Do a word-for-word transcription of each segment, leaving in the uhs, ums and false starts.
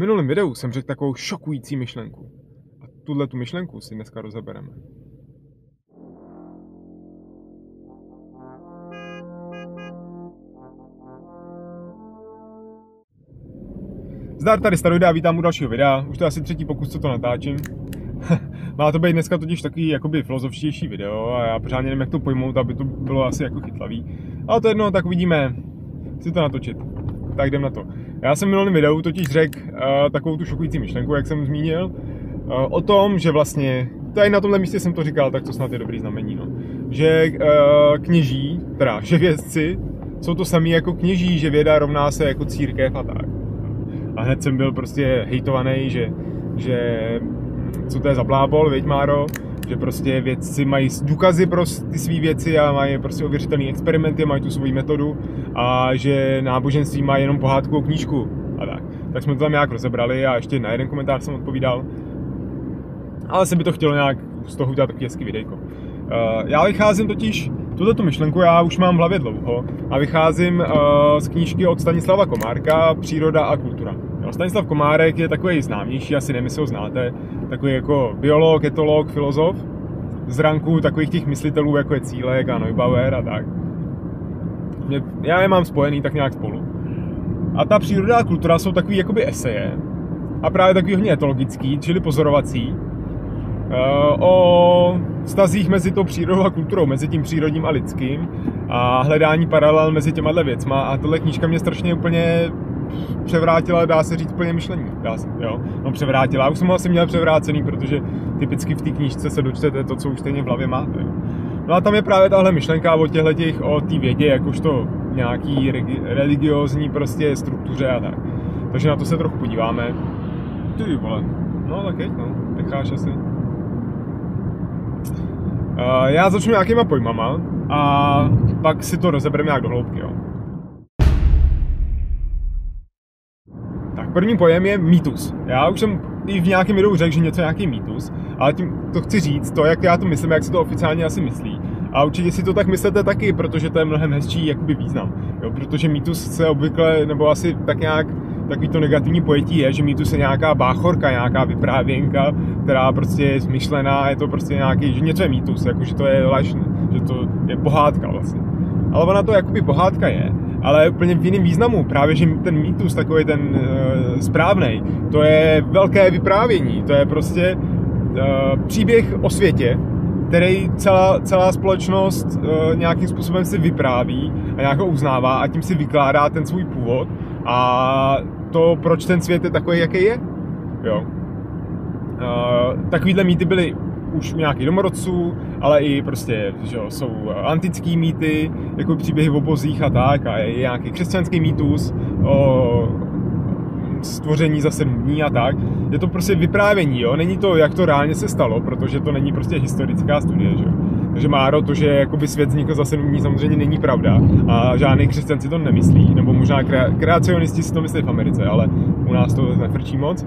minulém videu jsem řekl takovou šokující myšlenku. A tuhle tu myšlenku si dneska rozebereme. Zdar, tady Staroida a vítám u dalšího videa. Už to je asi třetí pokus, co to natáčím. Má to být dneska totiž takový jakoby filozofštější video a já pořádně nevím, jak to pojmout, aby to bylo asi jako chytlavý. Ale to jedno, tak uvidíme, si to natočit. Tak jdem na to. Já jsem v minulém videu totiž řekl uh, takovou tu šokující myšlenku, jak jsem zmínil, uh, o tom, že vlastně, tady na tomhle místě jsem to říkal, tak to snad je dobrý znamení, no. Že uh, kněží, teda že vědci, jsou to samý jako kněží, že věda rovná se jako církev a tak. A hned jsem byl prostě hejtovaný, že, že co to je za blábol, viď Máro? Že prostě vědci mají důkazy pro ty svý věci a mají prostě ověřitelné experimenty, mají tu svoji metodu a že náboženství má jenom pohádkovou knížku a tak. Tak jsme to tam nějak rozebrali a ještě na jeden komentář jsem odpovídal. Ale se by to chtělo nějak z toho udělat takový hezký videjko. Já vycházím totiž, tuto myšlenku já už mám v hlavě dlouho a vycházím z knížky od Stanislava Komárka Příroda a kultura. Stanislav Komárek je takový známější, asi nevím, jestli ho znáte, takový jako biolog, etolog, filozof, z ranku takových těch myslitelů, jako je Cílek a Neubauer a tak. Já je mám spojený tak nějak spolu. A ta příroda a kultura jsou takový jakoby eseje a právě takový hodně etologický, čili pozorovací, o vztazích mezi tou přírodou a kulturou, mezi tím přírodním a lidským a hledání paralel mezi těma věcma a tohle knížka mě strašně úplně převrátila, dá se říct, plně myšlení. Dá se, jo? No převrátila. Už jsem ho asi měl převrácený, protože typicky v té knížce se dočtete to, co už stejně v hlavě máte. Jo? No a tam je právě tahle myšlenka o těchhletích, o té vědě, jakožto nějaký religiózní prostě struktuře a tak. Takže na to se trochu podíváme. Ty vole. No tak jeď, no. Necháš asi. Uh, já začnu nějakýma pojmama a pak si to rozebereme nějak do hloubky, jo. Tak první pojem je mýtus. Já už jsem i v nějakém videu řekl, že něco je nějaký mýtus, ale tím to chci říct, to, jak já to myslím, jak se to oficiálně asi myslí. A určitě si to tak myslíte taky, protože to je mnohem hezčí jakoby význam. Jo, protože mýtus se obvykle, nebo asi tak nějak, takový to negativní pojetí je, že mýtus je nějaká báchorka, nějaká vyprávěnka, která prostě je zmyšlená, je to prostě nějaký, že něco je mýtus, jako že to je lež, že to je pohádka vlastně. Ale ona to jakoby pohádka je, ale úplně v jiném významu, právě že ten mýtus, takový ten e, správnej, to je velké vyprávění, to je prostě e, příběh o světě, který celá, celá společnost e, nějakým způsobem si vypráví a nějak ho uznává a tím si vykládá ten svůj původ a to, proč ten svět je takový, jaký je. Jo. E, takovýhle mýty byly už u nějakých domorodců, ale i prostě, že jo, jsou antický mýty, jako příběhy o bozích a tak, a je nějaký křesťanský mýtus o stvoření za sedm dní a tak. Je to prostě vyprávění, jo, není to, jak to reálně se stalo, protože to není prostě historická studie, že jo. Takže Máro, to, že jakoby svět vznikl za sedm dní, samozřejmě není pravda a žádný křesťan si to nemyslí, nebo možná kre- kreacionisti si to myslí v Americe, ale u nás to nefrčí moc.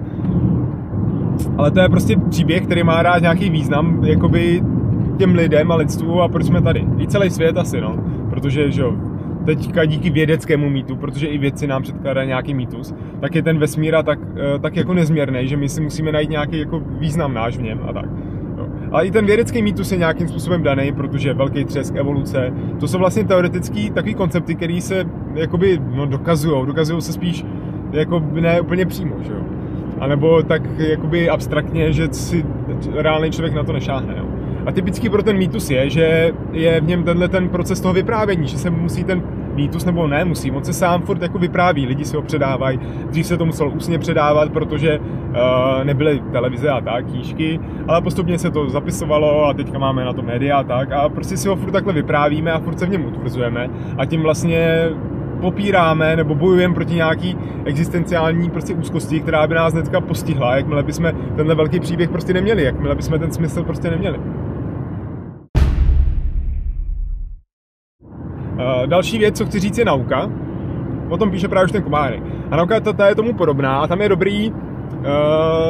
Ale to je prostě příběh, který má dát nějaký význam jakoby těm lidem a lidstvu a proč jsme tady. I celý svět asi, no. Protože, že jo, teďka díky vědeckému mýtu, protože i vědci nám předkládají nějaký mýtus, tak je ten vesmír tak, tak jako nezměrný, že my si musíme najít nějaký jako význam náš v něm a tak. Jo. Ale i ten vědecký mýtus je nějakým způsobem daný, protože velký třesk, evoluce, to jsou vlastně teoretický takový koncepty, které se jakoby, no, dokazujou, dokazujou se spíš jako ne úplně přímo, že jo. A nebo tak jakoby abstraktně, že si reálný člověk na to nešáhne. Jo. A typický pro ten mýtus je, že je v něm tenhle ten proces toho vyprávění, že se musí ten mýtus, nebo ne musí, on se sám furt jako vypráví, lidi si ho předávají, dřív se to muselo ústně předávat, protože uh, nebyly televize a tak, knížky, ale postupně se to zapisovalo a teďka máme na to média a tak a prostě si ho furt takhle vyprávíme a furt se v něm utvrzujeme a tím vlastně popíráme nebo bojujeme proti nějaký existenciální prostě úzkosti, která by nás hnedka postihla, jakmile bychom tenhle velký příběh prostě neměli, jakmile bychom ten smysl prostě neměli. Uh, další věc, co chci říct, je nauka. O tom píše právě už ten Komárek. A nauka ta, ta je tomu podobná a tam je dobrý, uh,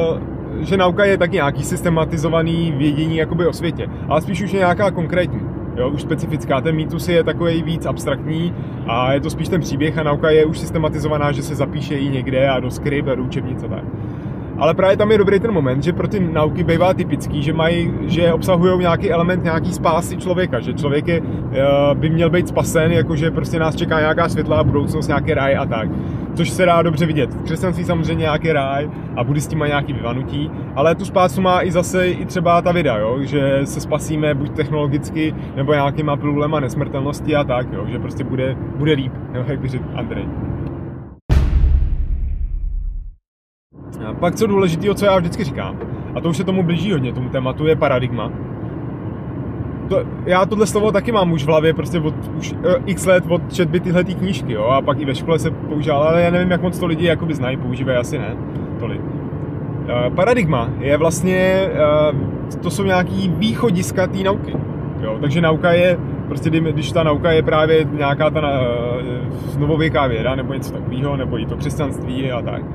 že nauka je taky nějaký systematizovaný vědění jakoby o světě, ale spíš už je nějaká konkrétní. jo, už specifická. Ten mýtus je takový víc abstraktní a je to spíš ten příběh a nauka je už systematizovaná, že se zapíše i někde a do skript a do učebnic a tak. Ale právě tam je dobrý ten moment, že pro ty nauky bývá typický, že mají, že obsahují nějaký element nějaký spásy člověka, že člověk je, by měl být spasen, jakože prostě nás čeká nějaká světlá budoucnost, nějaký ráj a tak. Což se dá dobře vidět. V křesťanství samozřejmě nějaký ráj a buddhisti mají nějaký vyvanutí, ale tu spásu má i zase i třeba ta vida, jo? Že se spasíme buď technologicky, nebo nějakýma pilulema nesmrtelnosti a tak, jo? Že prostě bude, bude líp, jo? Jak by řekl Andrej. A pak co důležitého, co já vždycky říkám, a to už se tomu blíží hodně, tomu tématu, je paradigma. To, já tohle slovo taky mám už v hlavě, prostě od už uh, x let od četby tyhle ty knížky, jo, a pak i ve škole se používalo, ale já nevím, jak moc to lidi jakoby znají, používají, asi ne, tolik. Uh, paradigma je vlastně, uh, to jsou nějaký východiska té nauky, jo, takže nauka je, prostě když ta nauka je právě nějaká ta uh, novověká věda, nebo něco takového, nebo i to křesťanství a tak,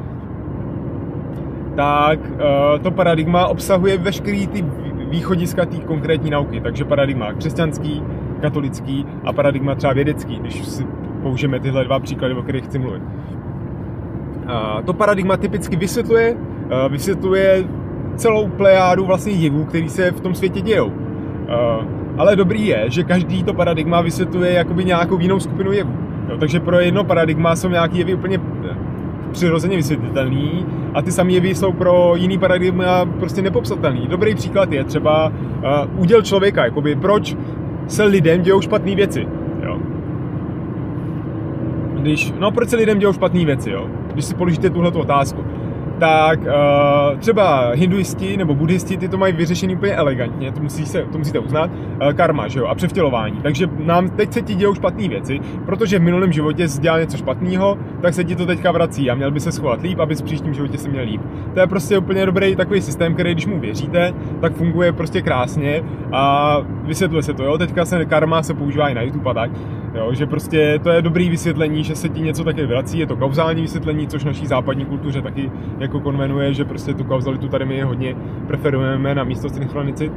tak uh, to paradigma obsahuje veškerý ty východiska té konkrétní nauky, takže paradigma křesťanský, katolický a paradigma třeba vědecký, když si použijeme tyhle dva příklady, o kterých chci mluvit. Uh, to paradigma typicky vysvětluje, uh, vysvětluje celou plejádu vlastně jevů, který se v tom světě dějou. Uh, ale dobrý je, že každý to paradigma vysvětluje jakoby nějakou jinou skupinu jevů. Jo, takže pro jedno paradigma jsou nějaký jevy úplně přirozeně vysvětlitelný a ty samé jevy jsou pro jiný paradigma prostě nepopsatelný. Dobrý příklad je třeba uh, úděl člověka, jakoby proč se lidem dějou špatné věci. Jo. Když, no proč se lidem dějou špatné věci, jo? Když si položíte tuhletu otázku. Tak uh, třeba hinduisti nebo buddhisti, ty to mají vyřešený úplně elegantně, to, musí se, to musíte uznat, uh, karma, že jo, a převtělování. Takže nám teď se ti dějou špatné věci, protože v minulém životě jsi dělal něco špatného, tak se ti to teďka vrací a měl by se schovat líp, aby v příštím životě se měl líp. To je prostě úplně dobrý takový systém, který když mu věříte, tak funguje prostě krásně a vysvětluje se to, jo, teďka se karma se používá i na YouTube a tak. Jo, že prostě to je dobrý vysvětlení, že se ti něco také vrací, je to kauzální vysvětlení, což naší západní kultuře taky jako konvenuje, že prostě tu kauzalitu tady my hodně preferujeme na místo synchronicit.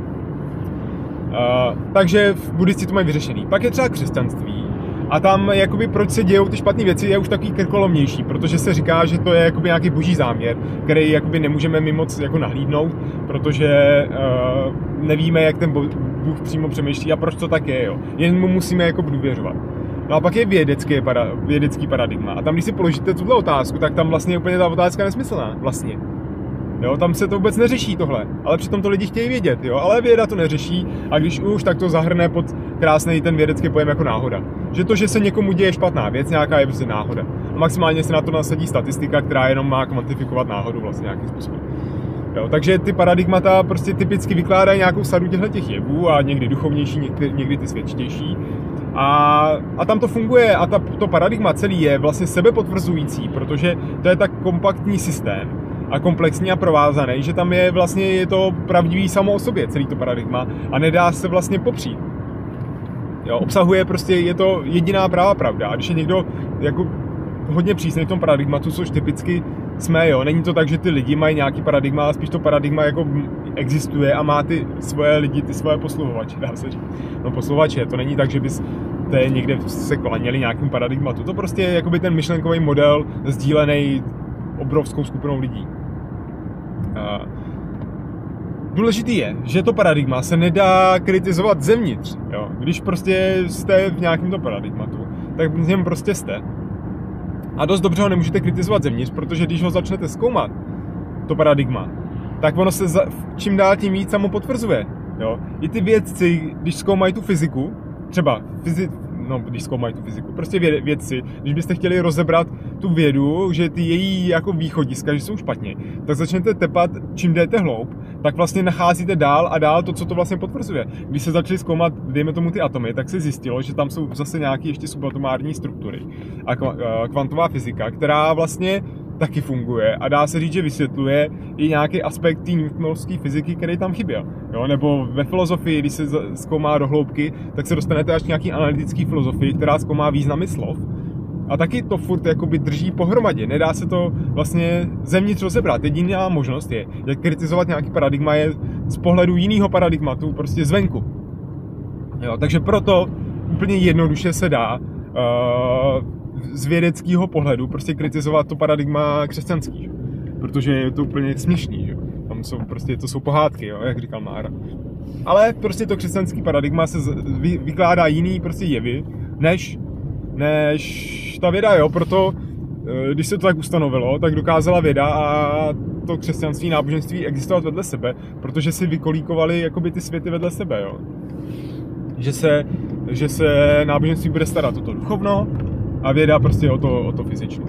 Uh, takže v buddhisti to mají vyřešený. Pak je třeba křesťanství a tam jakoby proč se dějou ty špatné věci je už takový krkolomnější, protože se říká, že to je jakoby nějaký boží záměr, který jakoby nemůžeme my moc jako nahlídnout, protože uh, nevíme, jak ten Bůh přímo přemýšlí a proč to tak je, jo. Jen mu musíme jako důvěřovat. No a pak je vědecký, para, vědecký paradigma. A tam, když si položíte tuhle otázku, tak tam vlastně je úplně ta otázka nesmyslná, vlastně. Jo, tam se to vůbec neřeší tohle, ale přitom to lidi chtějí vědět, jo, ale věda to neřeší a když už, tak to zahrne pod krásný ten vědecký pojem jako náhoda. Že to, že se někomu děje špatná věc, nějaká je prostě náhoda. A maximálně se na to nasadí statistika, která jenom má kvantifikovat náhodu vlastně nějakým způsobem. Jo, takže ty paradigmata prostě typicky vykládají nějakou sadu těchto jevů a někdy duchovnější, někdy, někdy ty světštější. A, a tam to funguje a ta, to paradigma celý je vlastně sebepotvrzující, protože to je tak kompaktní systém a komplexní a provázaný, že tam je vlastně je to pravdivý samo o sobě, celý to paradigma a nedá se vlastně popřít. Jo, obsahuje prostě, je to jediná pravá pravda a když je někdo jako hodně přísný v tom paradigmatu, což typicky jsme, jo, není to tak, že ty lidi mají nějaký paradigma, ale spíš to paradigma jako existuje a má ty svoje lidi, ty svoje posluhovače, dá se říct. No posluhovače, to není tak, že bys te někde se klaněli nějakým paradigmatu, to prostě je jakoby ten myšlenkový model sdílený obrovskou skupinou lidí. Uh, důležitý je, že to paradigma se nedá kritizovat zevnitř, jo. Když prostě jste v nějakém to paradigmatu, tak v něm prostě jste. A dost dobře ho nemůžete kritizovat zevnitř, protože když ho začnete zkoumat, to paradigma, tak ono se za, čím dál tím víc samo potvrzuje. Jo? I ty vědci, když zkoumají tu fyziku, třeba fyzi, no, když zkoumají tu fyziku, prostě věd, vědci, když byste chtěli rozebrat tu vědu, že ty její jako východiska, že jsou špatně, tak začnete tepat, čím jdete hloub, tak vlastně nacházíte dál a dál to, co to vlastně potvrzuje. Když se začali zkoumat, dejme tomu ty atomy, tak se zjistilo, že tam jsou zase nějaké ještě subatomární struktury a kvantová fyzika, která vlastně taky funguje a dá se říct, že vysvětluje i nějaký aspekt té newtonovské fyziky, který tam chyběl. Jo? Nebo ve filozofii, když se zkoumá do hloubky, tak se dostanete až k nějaký analytický filozofii, která zkoumá významy slov. A taky to furt jakoby drží pohromadě. Nedá se to vlastně zevnitř rozebrat. Jediná možnost je, jak kritizovat nějaký paradigma, je z pohledu jiného paradigmatu, prostě zvenku. Jo, takže proto úplně jednoduše se dá uh, z vědeckého pohledu prostě kritizovat to paradigma křesťanský, protože je to úplně směšný, jo. Tam jsou prostě, to jsou pohádky, jo, jak říkal Mára. Ale prostě to křesťanský paradigma se vy, vykládá jiný prostě jevy, než, než ta věda, jo, proto když se to tak ustanovilo, tak dokázala věda a to křesťanství, náboženství existovat vedle sebe, protože si vykolíkovali jakoby ty světy vedle sebe, jo. Že se, že se náboženství bude starat o to duchovno a věda prostě o to, o to fyzično.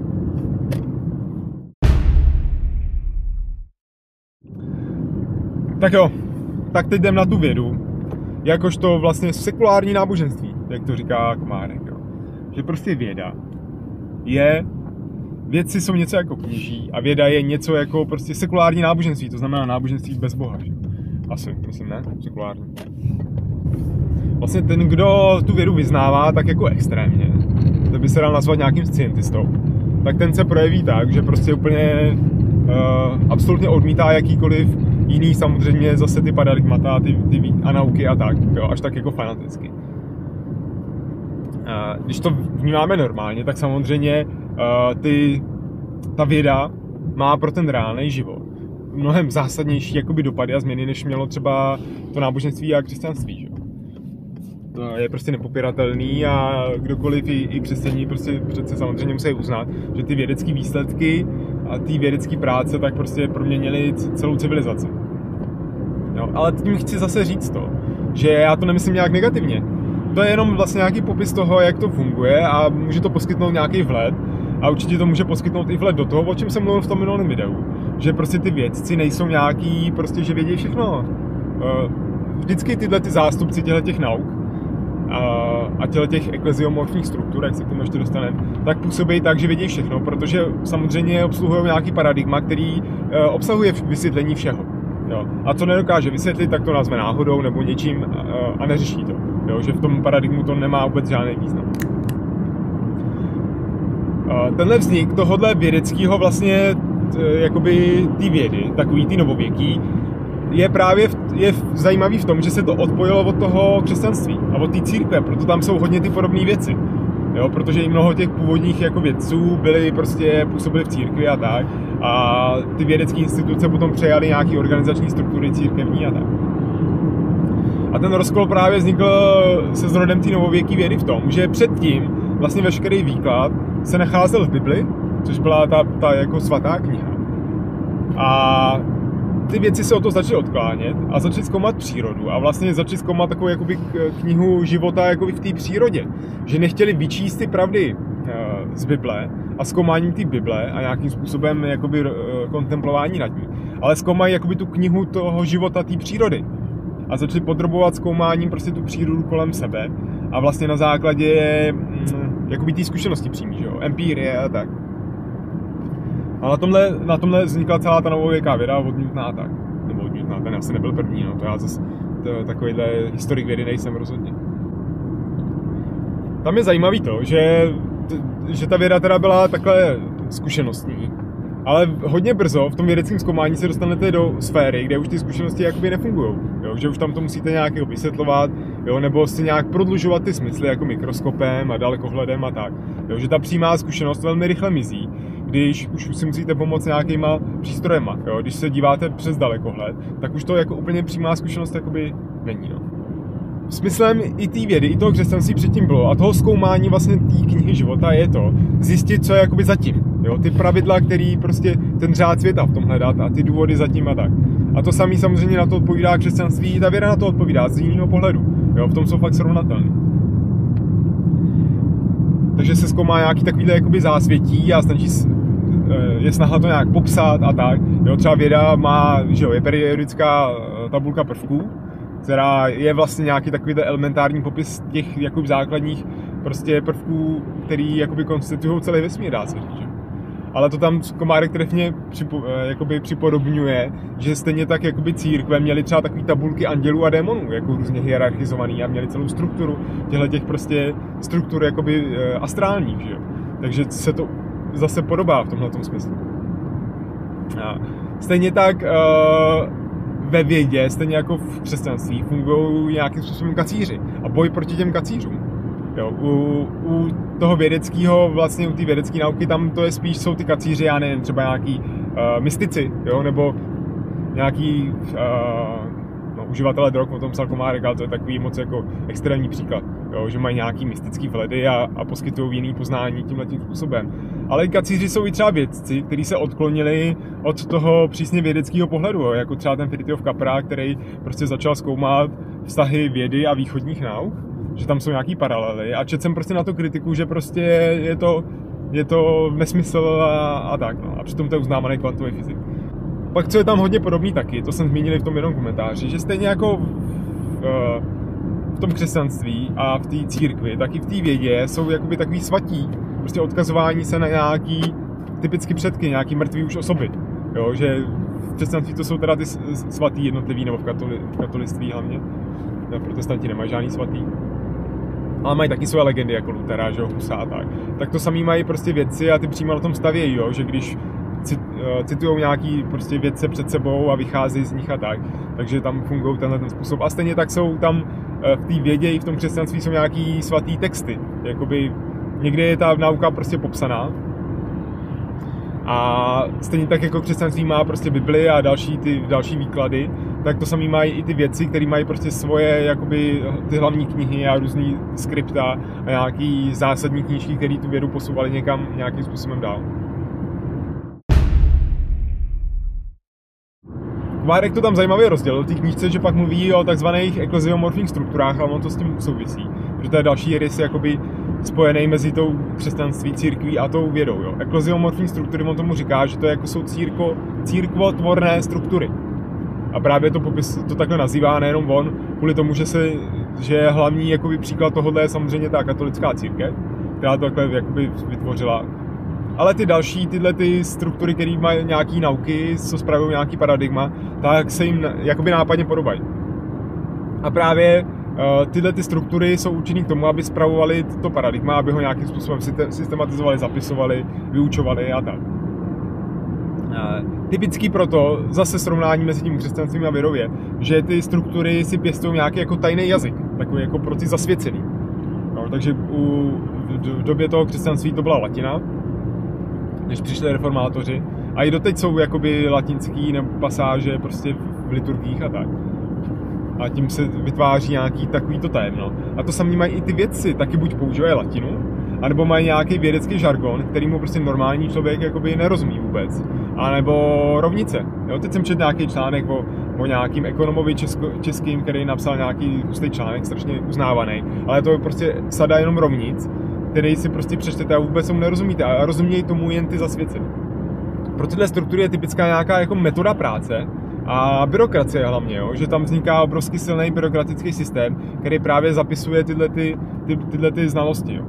Tak jo, tak teď jdem na tu vědu, jakožto vlastně sekulární náboženství, jak to říká Komárek, jo. Že prostě věda je, vědci jsou něco jako kněží a věda je něco jako prostě sekulární náboženství, to znamená náboženství bez Boha, že? Asi, myslím, ne? Sekulární. Vlastně ten, kdo tu vědu vyznává tak jako extrémně, to by se dal nazvat nějakým scientistou, tak ten se projeví tak, že prostě úplně uh, absolutně odmítá jakýkoliv jiný samozřejmě zase ty paradigmata, ty, ty a nauky a tak, jo, až tak jako fanaticky. Uh, když to vnímáme normálně, tak samozřejmě uh, ty, ta věda má pro ten reálný život mnohem zásadnější jakoby dopady a změny, než mělo třeba to náboženství a křesťanství, že? To je prostě nepopiratelný a kdokoliv, i, i křesťané prostě přece samozřejmě musí uznat, že ty vědecké výsledky a ty vědecké práce tak prostě proměnily celou civilizaci. Jo, ale tím chci zase říct to, že já to nemyslím nějak negativně. To je jenom vlastně nějaký popis toho, jak to funguje a může to poskytnout nějaký vhled a určitě to může poskytnout i vhled do toho, o čem jsem mluvil v tom minulém videu. Že prostě ty vědci nejsou nějaký, prostě, že vědí všechno. Vždycky tyhle ty zástupci těch nauk a těch ekleziomorfních struktur, jak se k tomu ještě dostaneme, tak působí tak, že vědí všechno, protože samozřejmě obsluhují nějaký paradigma, který obsahuje vysvětlení všeho. Jo. A co nedokáže vysvětlit, tak to nazve náhodou nebo něčím a neřeší to. Jo, že v tom paradigmu to nemá vůbec žádný význam. Tenhle vznik tohohle vědeckého vlastně jakoby té vědy, takový ty novověký, je právě v, je zajímavý v tom, že se to odpojilo od toho křesťanství a od té církve, proto tam jsou hodně ty podobné věci. Jo, protože i mnoho těch původních jako vědců byli prostě, působili v církvi a tak a ty vědecké instituce potom přejaly nějaký organizační struktury církevní a tak. A ten rozkol právě vznikl se zrodem té novověké vědy v tom, že předtím vlastně veškerý výklad se nacházel v Bibli, což byla ta, ta jako svatá kniha. A ty věci se o to začaly odklánět a začaly zkoumat přírodu a vlastně začaly zkoumat takovou jakoby knihu života jakoby v té přírodě. Že nechtěli vyčíst ty pravdy z Bible a zkoumáním té Bible a nějakým způsobem jakoby kontemplování nad ní, ale zkoumají jakoby tu knihu toho života té přírody. A začali podrobovat zkoumáním prostě tu přírodu kolem sebe a vlastně na základě mm, jakoby té zkušenosti přímý, že jo, empirie a tak. A na tomhle, na tomhle vznikla celá ta novověká věda od Newtona a tak. Nebo od Newtona, ten asi nebyl první, no, to já zase to, takovýhle historik vědy nejsem rozhodně. Tam je zajímavý to, že, že ta věda teda byla takhle zkušenostní, ale hodně brzo v tom vědeckém zkoumání se dostanete do sféry, kde už ty zkušenosti jakoby nefungujou, jo? Že už tam to musíte nějak vysvětlovat, jo? Nebo si nějak prodlužovat ty smysly jako mikroskopem a dalekohledem a tak. Jo? Že ta přímá zkušenost velmi rychle mizí, když už si musíte pomoct nějakýma přístrojema. Jo? Když se díváte přes dalekohled, tak už to jako úplně přímá zkušenost jakoby není. No. Smyslem i té vědy, i toho křesťanství předtím bylo a toho zkoumání vlastně té knihy života je to zjistit, co je jakoby zatím. Jo? Ty pravidla, který prostě ten řád světa v tom hledat a ty důvody zatím a tak. A to samý samozřejmě na to odpovídá křesťanství, i ta věda na to odpovídá z jiného pohledu. Jo? V tom jsou fakt srovnatelný. Takže se zkoumá nějaký takovýhle jakoby zásvětí a snaží je snaha to nějak popsat a tak. Jo? Třeba věda má, že jo, je periodická tabulka prvků, která je vlastně nějaký takový elementární popis těch jakoby základních prostě prvků, který jakoby konstituují celý vesmír, dá se říct. Ale to tam Komárek trefně připo, jakoby připodobňuje, že stejně tak jakoby církve měly třeba takový tabulky andělů a démonů, jako různě hierarchizovaný a měli celou strukturu těchto těch prostě struktur jakoby astrálních, že jo. Takže se to zase podobá v tomhletom smyslu. A stejně tak uh, ve vědě, stejně jako v křesťanství, fungují nějakým způsobem kacíři a boj proti těm kacířům. Jo, u, u toho vědeckého, vlastně u té vědecké nauky, tam to je spíš, jsou ty kacíři, já nevím, třeba nějaký uh, mystici, jo, nebo nějaký uh, no, uživatelé drog, o tom psal Komárek, ale to je takový moc jako extrémní příklad, jo, že mají nějaký mystický vhledy a, a poskytují jiný poznání tímhletím způsobem. Ale kacíři jsou i třeba vědci, kteří se odklonili od toho přísně vědeckého pohledu, jo, jako třeba ten Fritjof Capra, který prostě začal zkoumat vztahy vědy a východních nauk, že tam jsou nějaký paralely a četl jsem prostě na to kritiku, že prostě je to, je to nesmysl a, a tak, no. A přitom to je uznávaný kvantový fyzik. Pak co je tam hodně podobný taky, to jsem zmínil v tom jednom komentáři, že stejně jako v, v tom křesťanství a v té církvi, tak i v té vědě jsou jakoby takový svatí, prostě odkazování se na nějaký typicky předky, nějaký mrtvý už osoby, jo, že v křesťanství to jsou teda ty svatý jednotlivý, nebo v, katoli, v katolictví hlavně, no, protestanti nemají žádný svatý. Ale mají taky své legendy, jako Luthera, že jo, Husa a tak. Tak to samý mají prostě vědci a ty přímo na tom stavějí, jo, že když citujou nějaký prostě vědce před sebou a vychází z nich a tak, takže tam fungují tenhle ten způsob. A stejně tak jsou tam v té vědě i v tom křesťanství jsou nějaký svatý texty, jakoby někde je ta nauka prostě popsaná. A stejně tak jako křesťanství má prostě Bibli a další ty další výklady, tak to samý mají i ty věci, které mají prostě svoje jakoby ty hlavní knihy a různý skripta a nějaký zásadní knížky, které tu vědu posouvaly někam nějakým způsobem dál. Komárek to tam zajímavě rozdělil v té knížce, že pak mluví o takzvaných ekleziomorfních strukturách, ale on to s tím souvisí, protože to je další rys jakoby spojený mezi tou křesťanství, církví a tou vědou. Jo. Ekleziomorfní struktury, on tomu říká, že to jako jsou círko, církvotvorné struktury. A právě to popis to takhle nazývá nejenom on, kvůli tomu, že, se, že hlavní jakoby, příklad tohohle je samozřejmě ta katolická církev, která to takhle jakoby, vytvořila. Ale ty další, tyhle ty struktury, které mají nějaký nauky, co spravují nějaký paradigma, tak se jim jakoby nápadně podobají. A právě uh, tyhle ty struktury jsou určené k tomu, aby spravovali to paradigma, aby ho nějakým způsobem systematizovali, zapisovali, vyučovali a tak. Uh, typický proto, zase srovnání mezi tím křesťanstvím a vědou je, že ty struktury si pěstují nějaký jako tajný jazyk, takový jako pro ty zasvěcený. No, takže u, v době toho křesťanství to byla latina, než přišli reformátoři. A i doteď jsou jakoby latinský nebo pasáže prostě v liturgiích a tak. A tím se vytváří nějaký takovýto tajemno. A to samý mají i ty vědci, taky buď používají latinu, anebo mají nějaký vědecký žargon, který mu prostě normální člověk jakoby nerozumí vůbec. A nebo rovnice. Jo, teď jsem četl nějaký článek o, o nějakým ekonomovi česko, českým, který napsal nějaký hustý článek, strašně uznávaný. Ale to je prostě sada jenom rovnic, který si prostě přečtete a vůbec tomu nerozumíte a rozumějí tomu jen ty zasvěcený. Pro tyhle struktury je typická nějaká jako metoda práce a byrokracie hlavně, jo? Že tam vzniká obrovský silný byrokratický systém, který právě zapisuje tyhle, ty, ty, tyhle ty znalosti. Jo?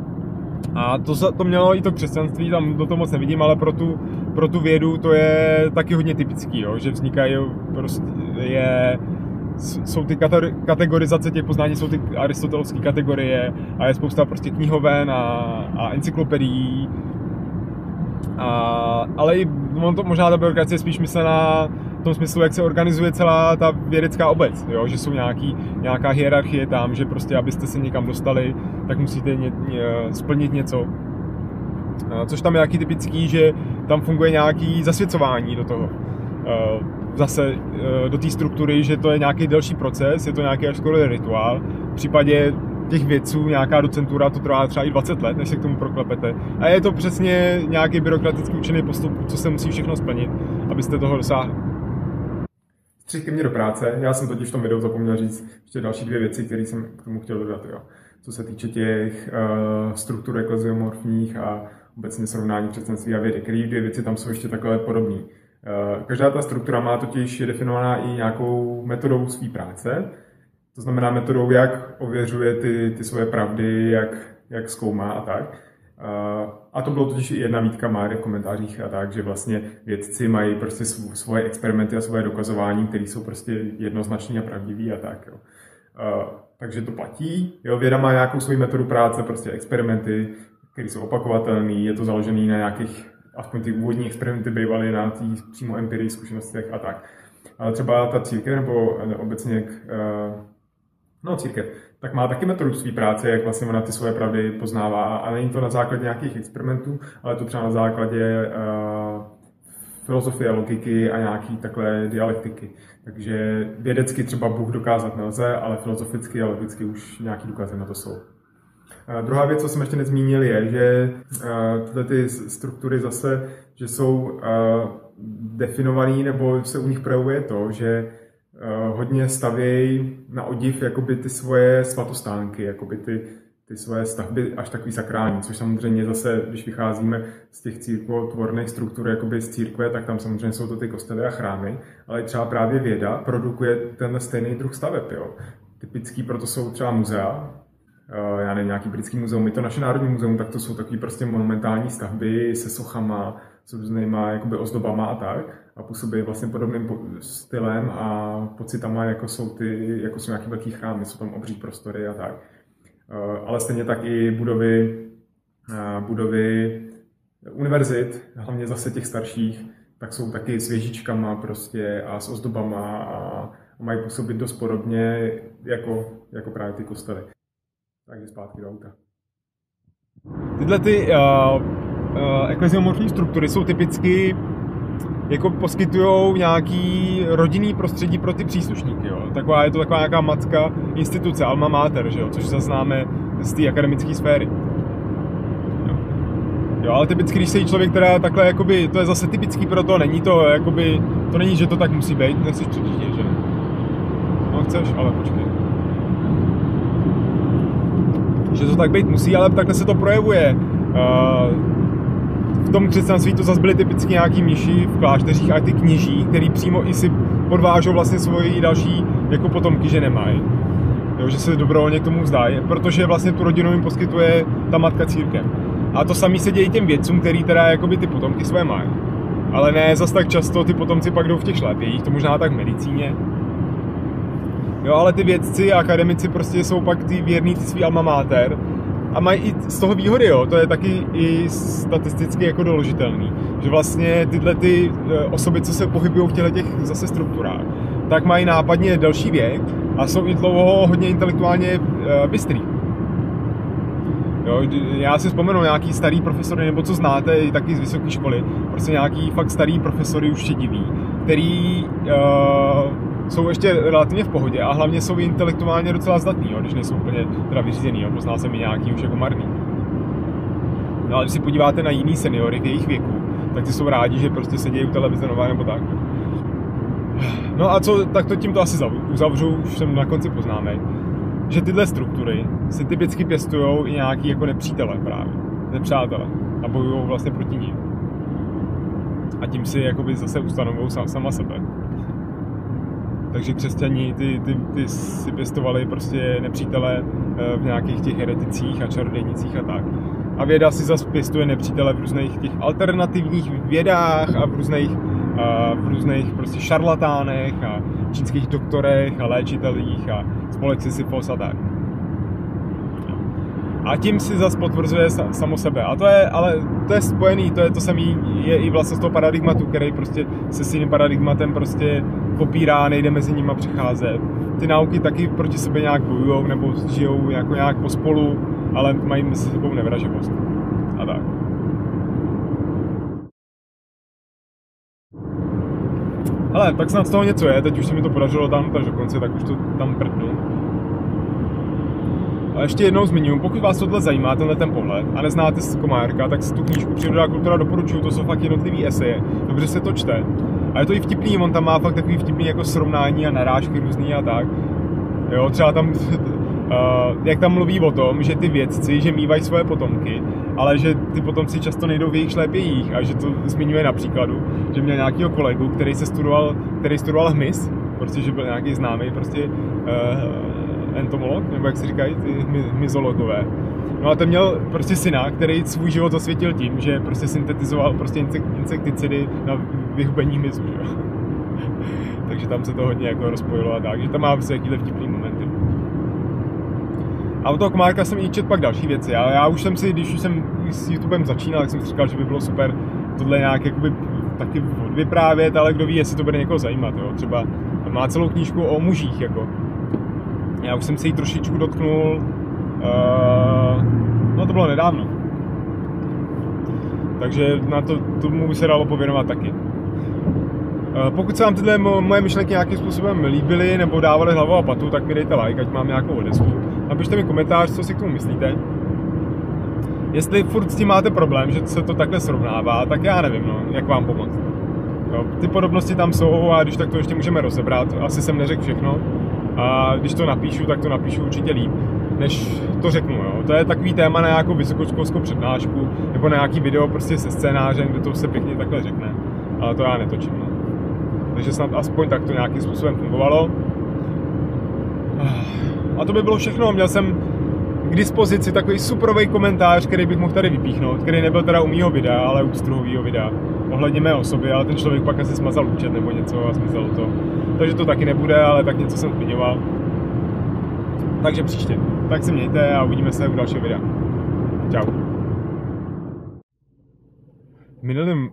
A to, to mělo i to křesťanství, tam do toho moc nevidím, ale pro tu, pro tu vědu to je taky hodně typický, jo? Že vznikají prostě je... jsou ty kategorizace těch poznání, jsou ty aristotelovské kategorie a je spousta prostě knihoven a, a encyklopedií. A, ale i on to, možná ta byrokracie je spíš myslená v tom smyslu, jak se organizuje celá ta vědecká obec, jo? Že jsou nějaký, nějaká hierarchie tam, že prostě abyste se někam dostali, tak musíte ně, ně, splnit něco. A což tam je nějaký typický, že tam funguje nějaký zasvěcování do toho. Zase do té struktury, že to je nějaký delší proces, je to nějaký až skoro rituál. V případě těch vědců nějaká docentura, to trvá třeba i dvacet let, než se k tomu proklepete. A je to přesně nějaký byrokraticky učený postup, co se musí všechno splnit, abyste toho dosáhli. Střih ke mně do práce. Já jsem totiž v tom videu zapomněl říct ještě další dvě věci, které jsem k tomu chtěl dodat. Jo. Co se týče těch uh, struktur ekleziomorfních a obecně srovnání křesťanství a vědy, které dvě věci tam jsou ještě takové podobné. Každá ta struktura má totiž je definovaná i nějakou metodou své práce. To znamená metodou, jak ověřuje ty, ty svoje pravdy, jak, jak zkoumá a tak. A to bylo totiž i jedna výtka Máry v komentářích a tak, že vlastně vědci mají prostě svoje experimenty a svoje dokazování, které jsou prostě jednoznačné a pravdivé a tak. Jo. Takže to platí. Jo, věda má nějakou svou metodu práce, prostě experimenty, které jsou opakovatelné, je to založené na nějakých aspoň ty úvodní experimenty bývaly na té přímo empirii zkušenostech a tak. Ale třeba ta církev nebo obecně no církev, tak má taky metodu své práce, jak vlastně ona ty svoje pravdy poznává a není to na základě nějakých experimentů, ale to třeba na základě uh, filozofie, logiky a nějaký takhle dialektiky. Takže vědecky třeba Bůh dokázat nelze, ale filozoficky a logicky už nějaký důkazy na to jsou. Uh, druhá věc, co jsem ještě nezmínil, je, že uh, tyhle ty struktury zase, že jsou uh, definované nebo se u nich projevuje to, že Uh, hodně stavějí na odiv jakoby ty svoje svatostánky, jakoby ty, ty svoje stavby až takový sakrální, což samozřejmě zase, když vycházíme z těch církvotvorných struktur jakoby z církve, tak tam samozřejmě jsou to ty kostely a chrámy, ale třeba právě věda produkuje tenhle stejný druh staveb. Jo. Typický proto jsou třeba muzea, uh, já nevím, nějaký britský muzeum, my to naše národní muzeum, tak to jsou takový prostě monumentální stavby se sochama, s různýma jakoby ozdobama a tak. A působí vlastně podobným stylem a pocitama, jako jsou ty, jako jsou nějaké velké chrámy, jsou tam obří prostory a tak. Ale stejně tak i budovy, budovy univerzit, hlavně zase těch starších, tak jsou taky s věžičkama prostě a s ozdobama a mají působit dost podobně jako, jako právě ty kostely. Takže zpátky do auta. Tyhle ty uh, uh, ekleziomorfní struktury jsou typicky jako poskytujou nějaký rodinný prostředí pro ty příslušníky. Jo. Taková, je to taková nějaká matka instituce, alma mater, že jo, což zaznáme z té akademické sféry. Jo. jo, ale typicky, když se jí člověk teda takhle, jakoby, to je zase typický pro to, není to, jakoby, to není, že to tak musí být, nechceš přečíst, že? No chceš, ale počkej. Že to tak být musí, ale takhle se to projevuje. Uh, V tom křesťanství to zase byly typicky nějaký mniši v klášteřích a ty kněží, který přímo i si podvážou vlastně svoji další jako potomky, že nemají. Jo, že se dobrovolně k tomu vzdají, protože vlastně tu rodinu jim poskytuje ta matka církev. A to samé se děje těm vědcům, který teda jakoby ty potomky své mají. Ale ne zas tak často ty potomci pak jdou v těch šlépějích, to možná tak v medicíně. Jo, ale ty vědci a akademici prostě jsou pak ty věrný ty svý alma mater. A mají i z toho výhody, jo. To je taky i statisticky jako doložitelný, že vlastně tyhle ty osoby, co se pohybují v těchto těch zase strukturách, tak mají nápadně delší věk a jsou i dlouho hodně intelektuálně bystrý. Jo, já si vzpomenu nějaký starý profesory, nebo co znáte, i taky z vysoké školy, prostě nějaký fakt starý profesory už šediví, který uh, jsou ještě relativně v pohodě a hlavně jsou intelektuálně docela zdatný, jo, když nejsou úplně teda vyřízený, jo, poznal jsem i nějaký už jako marný. No ale když si podíváte na jiný seniory v jejich věku, tak ty jsou rádi, že prostě sedějí u televize nová nebo tak. No a co, tak to tímto asi uzavřu, už jsem na konci poznámek, že tyhle struktury si typicky pěstujou i nějaký jako nepřítele právě, nepřátelé a bojují vlastně proti nim. A tím si jakoby zase ustanovou sama sebe. Takže křesťani ty, ty, ty si pěstovali prostě nepřítele v nějakých těch hereticích a čarodějnicích a tak. A věda si zase pěstuje nepřítele v různých těch alternativních vědách a v různých, a v různých prostě šarlatánech a čínských doktorech a léčitelích a spolek Sisyfos a tak. A tím si zase potvrzuje samo sebe. A to je, ale to je spojený, to je to samý, je i vlastně z toho paradigmatu, který prostě se s jiným paradigmatem prostě popírá, nejde mezi nimi přecházet. Ty nauky taky proti sobě nějak bojujou nebo žijou jako nějak pospolu, ale mají mezi sebou nevraživost. A tak. Hele, tak snad z toho něco je, teď už se mi to podařilo tam až do konce, tak už to tam prdnu. A ještě jednou zmiňuji, pokud vás tohle zajímá, tenhle ten pohled, a neznáte z Komárka, tak si tu knížku Příroda kultura doporučuju, to jsou fakt jednotlivý eseje, dobře se to čte. A je to i vtipný, on tam má fakt takový vtipný jako srovnání a narážky různý a tak. Jo, třeba tam, uh, jak tam mluví o tom, že ty vědci, že mývají svoje potomky, ale že ty potomci často nejdou v jejich šlépějích a že to zmiňuje na příkladu, že měl nějakýho kolegu, který se studoval, který studoval hmyz, prostě, že byl nějaký známý, prostě uh, entomolog, nebo jak se říkají, ty hmyzologové. No a ten měl prostě syna, který svůj život zasvětil tím, že prostě syntetizoval prostě insekticidy na vyhubení hmyzu, že jo. Takže tam se to hodně jako rozpojilo a tak, že tam má prostě jakýhle vtipný momenty. A u toho Komárka jsem i četl pak další věci. Já, já už jsem si, když už jsem s YouTubem začínal, tak jsem si říkal, že by bylo super tohle nějak jakoby taky vyprávět, ale kdo ví, jestli to bude někoho zajímat, jo. Třeba má celou knížku o mužích, jako. Já už jsem se jí trošičku dotknul, uh, no to bylo nedávno. Takže na to tomu by se dalo pověnovat taky. Pokud se vám tyhle moje myšlenky nějakým způsobem líbily nebo dávaly hlavu a patu, tak mi dejte like, ať mám nějakou odezvu. Napište mi komentář, co si k tomu myslíte. Jestli furt s tím máte problém, že se to takhle srovnává, tak já nevím, no, jak vám pomoct. Jo, ty podobnosti tam jsou a když tak to ještě můžeme rozebrat. Asi jsem neřekl všechno. A když to napíšu, tak to napíšu určitě líp, než to řeknu. Jo. To je takový téma na nějakou vysokoškolskou přednášku nebo na nějaký video prostě se scénářem, kde to se pěkně takhle řekne. Ale to já netočím. No. Takže snad aspoň tak to nějakým způsobem fungovalo. A to by bylo všechno. Měl jsem k dispozici takový superový komentář, který bych mohl tady vypíchnout, který nebyl teda u mýho videa, ale u struhovýho videa. Ohledně mé osoby, ale ten člověk pak asi smazal účet nebo něco a zmizelo to. Takže to taky nebude, ale tak něco jsem zmiňoval. Takže příště. Tak se mějte a uvidíme se u dalšího videa. Čau. V minulém,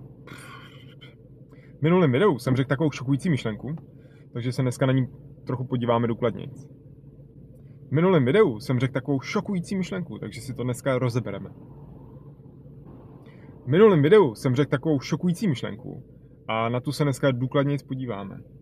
v minulém videu jsem řekl takovou šokující myšlenku, takže se dneska na ní trochu podíváme důkladněji. V minulém videu jsem řekl takovou šokující myšlenku, takže si to dneska rozebereme. V minulém videu jsem řekl takovou šokující myšlenku a na tu se dneska důkladněji podíváme.